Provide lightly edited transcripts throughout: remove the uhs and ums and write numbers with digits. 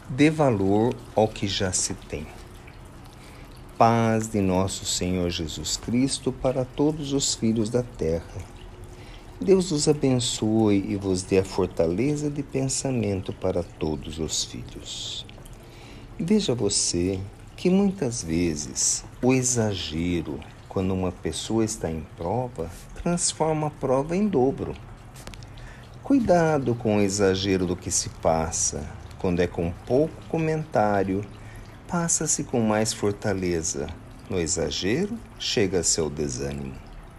Dê valor ao que já se tem. Paz de nosso Senhor Jesus Cristo para todos os filhos da terra. Deus os abençoe e vos dê a fortaleza de pensamento para todos os filhos. Veja você que muitas vezes o exagero, quando uma pessoa está em prova, transforma a prova em dobro. Cuidado com o exagero do que se passa. Quando é com pouco comentário, passa-se com mais fortaleza. No exagero, chega-se ao desânimo.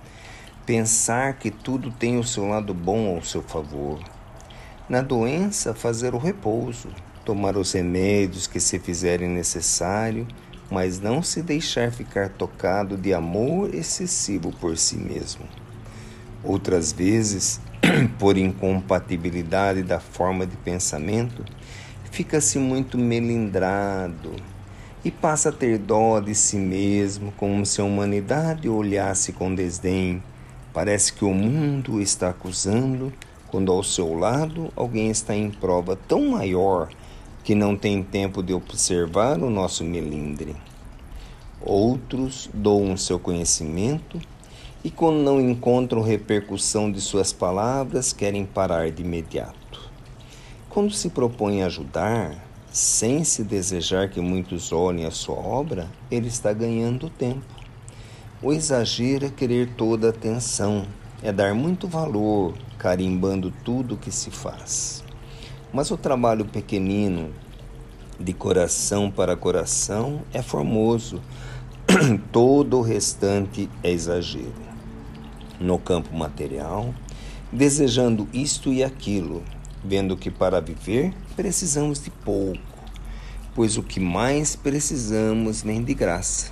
Pensar que tudo tem o seu lado bom ao seu favor. Na doença, fazer o repouso, tomar os remédios que se fizerem necessário, mas não se deixar ficar tocado de amor excessivo por si mesmo. Outras vezes, por incompatibilidade da forma de pensamento, fica-se muito melindrado e passa a ter dó de si mesmo, como se a humanidade o olhasse com desdém. Parece que o mundo o está acusando, quando ao seu lado alguém está em prova tão maior que não tem tempo de observar o nosso melindre. Outros doam seu conhecimento e, quando não encontram repercussão de suas palavras, querem parar de imediato. Quando se propõe a ajudar, sem se desejar que muitos olhem a sua obra, ele está ganhando tempo. O exagero é querer toda a atenção, é dar muito valor, carimbando tudo o que se faz. Mas o trabalho pequenino, de coração para coração, é formoso. Todo o restante é exagero. No campo material, desejando isto e aquilo, vendo que para viver precisamos de pouco, pois o que mais precisamos vem de graça.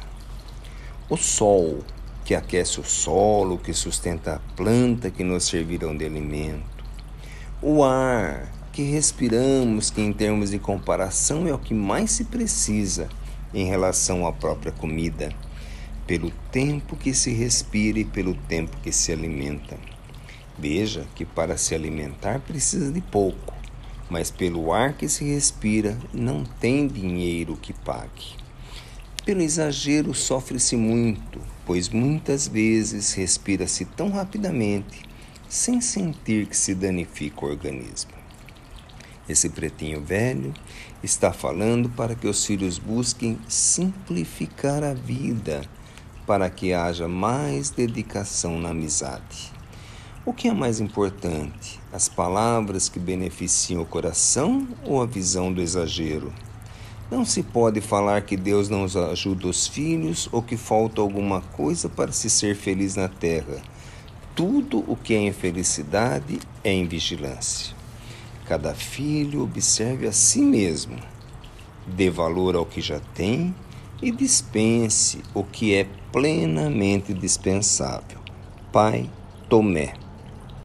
O sol, que aquece o solo, que sustenta a planta, que nos servirão de alimento. O ar, que respiramos, que em termos de comparação é o que mais se precisa em relação à própria comida, pelo tempo que se respira e pelo tempo que se alimenta. Veja que para se alimentar precisa de pouco, mas pelo ar que se respira não tem dinheiro que pague. Pelo exagero sofre-se muito, pois muitas vezes respira-se tão rapidamente, sem sentir que se danifica o organismo. Esse pretinho velho está falando para que os filhos busquem simplificar a vida, para que haja mais dedicação na amizade. O que é mais importante, as palavras que beneficiam o coração ou a visão do exagero? Não se pode falar que Deus não ajuda os filhos ou que falta alguma coisa para se ser feliz na terra. Tudo o que é infelicidade é invigilância. Cada filho observe a si mesmo, dê valor ao que já tem e dispense o que é plenamente dispensável. Pai Tomé.